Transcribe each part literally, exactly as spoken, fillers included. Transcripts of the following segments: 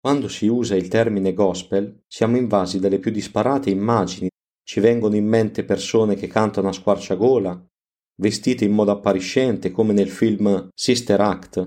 Quando si usa il termine gospel, siamo invasi dalle più disparate immagini. Ci vengono in mente persone che cantano a squarciagola, vestite in modo appariscente come nel film Sister Act.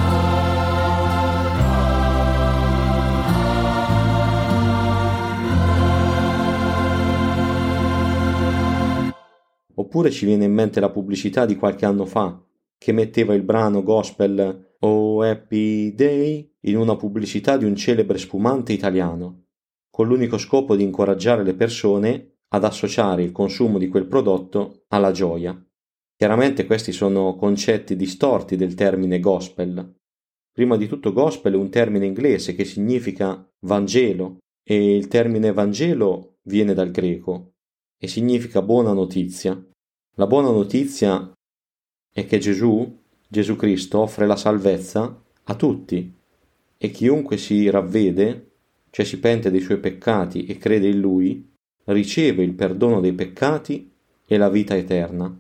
Oppure ci viene in mente la pubblicità di qualche anno fa, che metteva il brano gospel "Oh Happy Day" in una pubblicità di un celebre spumante italiano, con l'unico scopo di incoraggiare le persone ad associare il consumo di quel prodotto alla gioia. Chiaramente questi sono concetti distorti del termine gospel. Prima di tutto gospel è un termine inglese che significa Vangelo, e il termine Vangelo viene dal greco e significa buona notizia. La buona notizia è che Gesù, Gesù Cristo, offre la salvezza a tutti e chiunque si ravvede, cioè si pente dei suoi peccati e crede in Lui, riceve il perdono dei peccati e la vita eterna.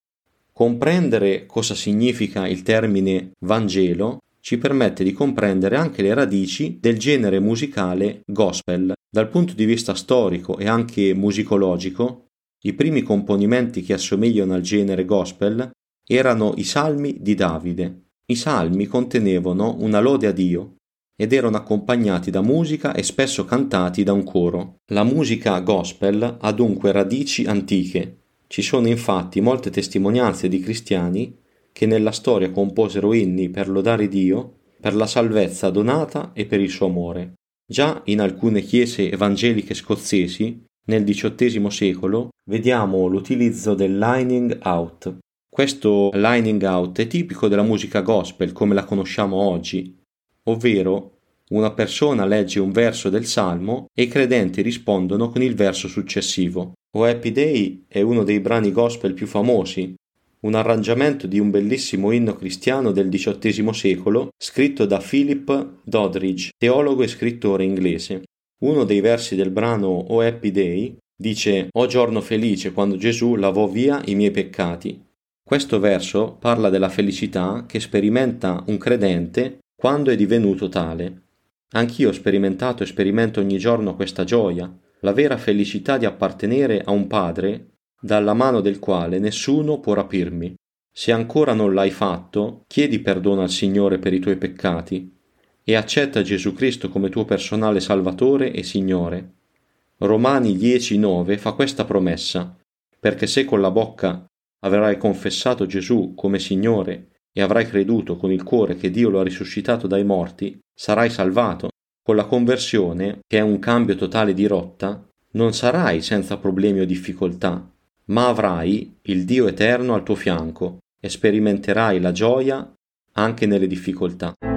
Comprendere cosa significa il termine Vangelo ci permette di comprendere anche le radici del genere musicale gospel. Dal punto di vista storico e anche musicologico, i primi componimenti che assomigliano al genere gospel erano i salmi di Davide. I salmi contenevano una lode a Dio ed erano accompagnati da musica e spesso cantati da un coro. La musica gospel ha dunque radici antiche. Ci sono infatti molte testimonianze di cristiani che nella storia composero inni per lodare Dio, per la salvezza donata e per il suo amore. Già in alcune chiese evangeliche scozzesi, nel diciottesimo secolo, vediamo l'utilizzo del lining out. Questo lining out è tipico della musica gospel come la conosciamo oggi, ovvero una persona legge un verso del salmo e i credenti rispondono con il verso successivo. "Oh Happy Day" è uno dei brani gospel più famosi, un arrangiamento di un bellissimo inno cristiano del diciottesimo secolo scritto da Philip Doddridge, teologo e scrittore inglese. Uno dei versi del brano "Oh Happy Day" dice "O giorno felice quando Gesù lavò via i miei peccati". Questo verso parla della felicità che sperimenta un credente quando è divenuto tale. Anch'io ho sperimentato e sperimento ogni giorno questa gioia, la vera felicità di appartenere a un Padre dalla mano del quale nessuno può rapirmi. Se ancora non l'hai fatto, chiedi perdono al Signore per i tuoi peccati e accetta Gesù Cristo come tuo personale Salvatore e Signore. Romani dieci nove fa questa promessa, perché se con la bocca avrai confessato Gesù come Signore e avrai creduto con il cuore che Dio lo ha risuscitato dai morti, sarai salvato. Con la conversione, che è un cambio totale di rotta, non sarai senza problemi o difficoltà, ma avrai il Dio eterno al tuo fianco e sperimenterai la gioia anche nelle difficoltà.